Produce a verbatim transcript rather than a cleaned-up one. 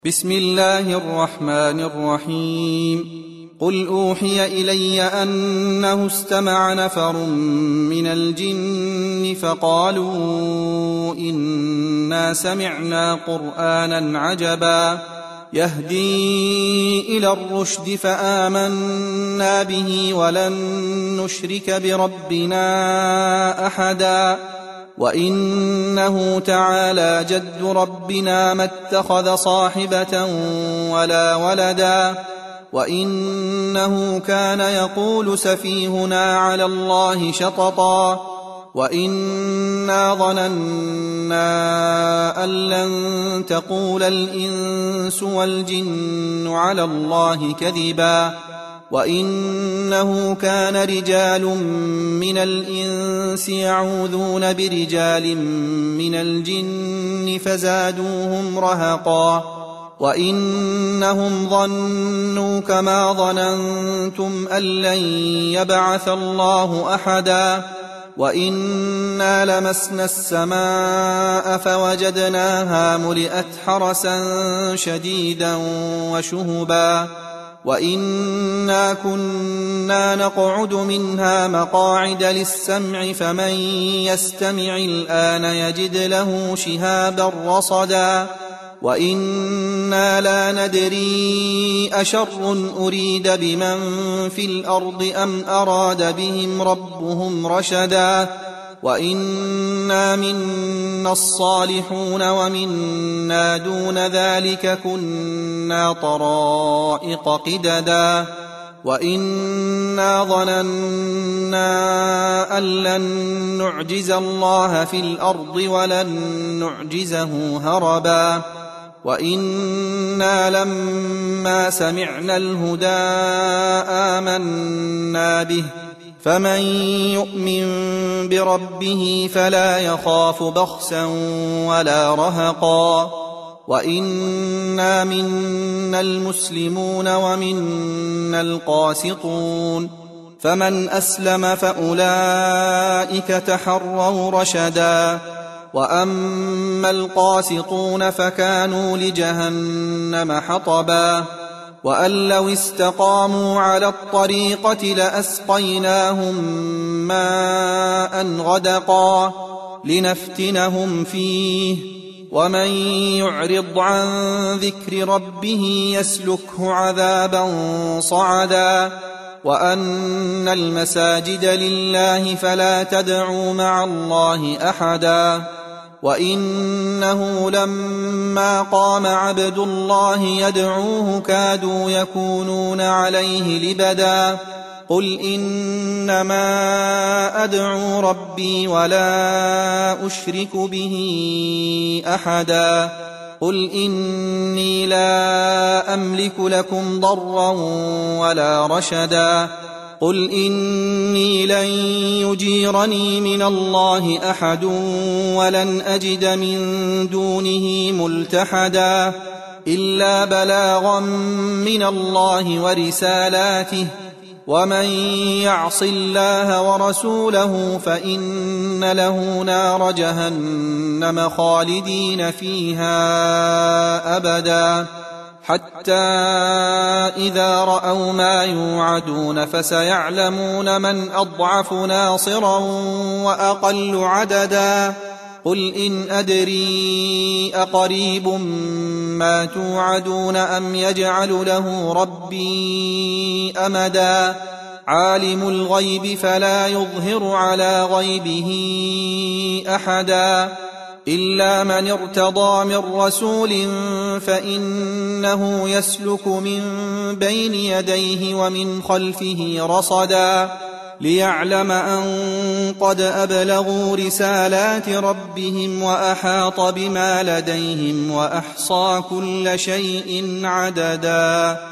بسم الله الرحمن الرحيم قل أوحي إلي أنه استمع نفر من الجن فقالوا إنا سمعنا قرآنا عجبا يهدي إلى الرشد فآمنا به ولن نشرك بربنا أحدا وإنه تعالى جد ربنا ما اتخذ صاحبة ولا ولدا وإنه كان يقول سفيهنا على الله شططا وإنا ظننا أن لن تقول الإنس والجن على الله كذبا وإنه كان رجال من الإنس يعوذون برجال من الجن فزادوهم رهقا وإنهم ظنوا كما ظننتم أن لن يبعث الله أحدا وإنا لمسنا السماء فوجدناها ملئت حرسا شديدا وشهبا وإنا كنا نقعد منها مقاعد للسمع فمن يستمع الآن يجد له شهابا رصدا وإنا لا ندري أشر أريد بمن في الأرض أم أراد بهم ربهم رشدا وإنا منا الصالحون ومنا دون ذلك كنا طرائق قددا وإنا ظننا أن لن نعجز الله في الأرض ولن نعجزه هربا وإنا لما سمعنا الهدى آمنا به فمن يؤمن بربه فلا يخاف بخسا ولا رهقا وإنا منا المسلمون ومنا القاسطون فمن أسلم فأولئك تحروا رشدا وأما القاسطون فكانوا لجهنم حطبا وأن لو استقاموا على الطريقة لأسقيناهم ماء غدقا لنفتنهم فيه ومن يعرض عن ذكر ربه يسلكه عذابا صعدا وأن المساجد لله فلا تدعوا مع الله أحدا وإنه لما قام عبد الله يدعوه كادوا يكونون عليه لبدا قل إنما أدعو ربي ولا أشرك به أحدا قل إني لا أملك لكم ضرا ولا رشدا قل إني لن يجيرني من الله أحد ولن أجد من دونه ملتحدا إلا بلاغا من الله ورسالاته ومن يعص الله ورسوله فإن له نار جهنم خالدين فيها أبدا حتى إذا رأوا ما يوعدون فسيعلمون من أضعف ناصرا وأقل عددا قل إن أدري أقريب ما توعدون أم يجعل له ربي أمدا عالم الغيب فلا يظهر على غيبه أحدا إلا من ارتضى من رسول فإنه يسلك من بين يديه ومن خلفه رصدا ليعلم أن قد أبلغوا رسالات ربهم وأحاط بما لديهم وأحصى كل شيء عددا.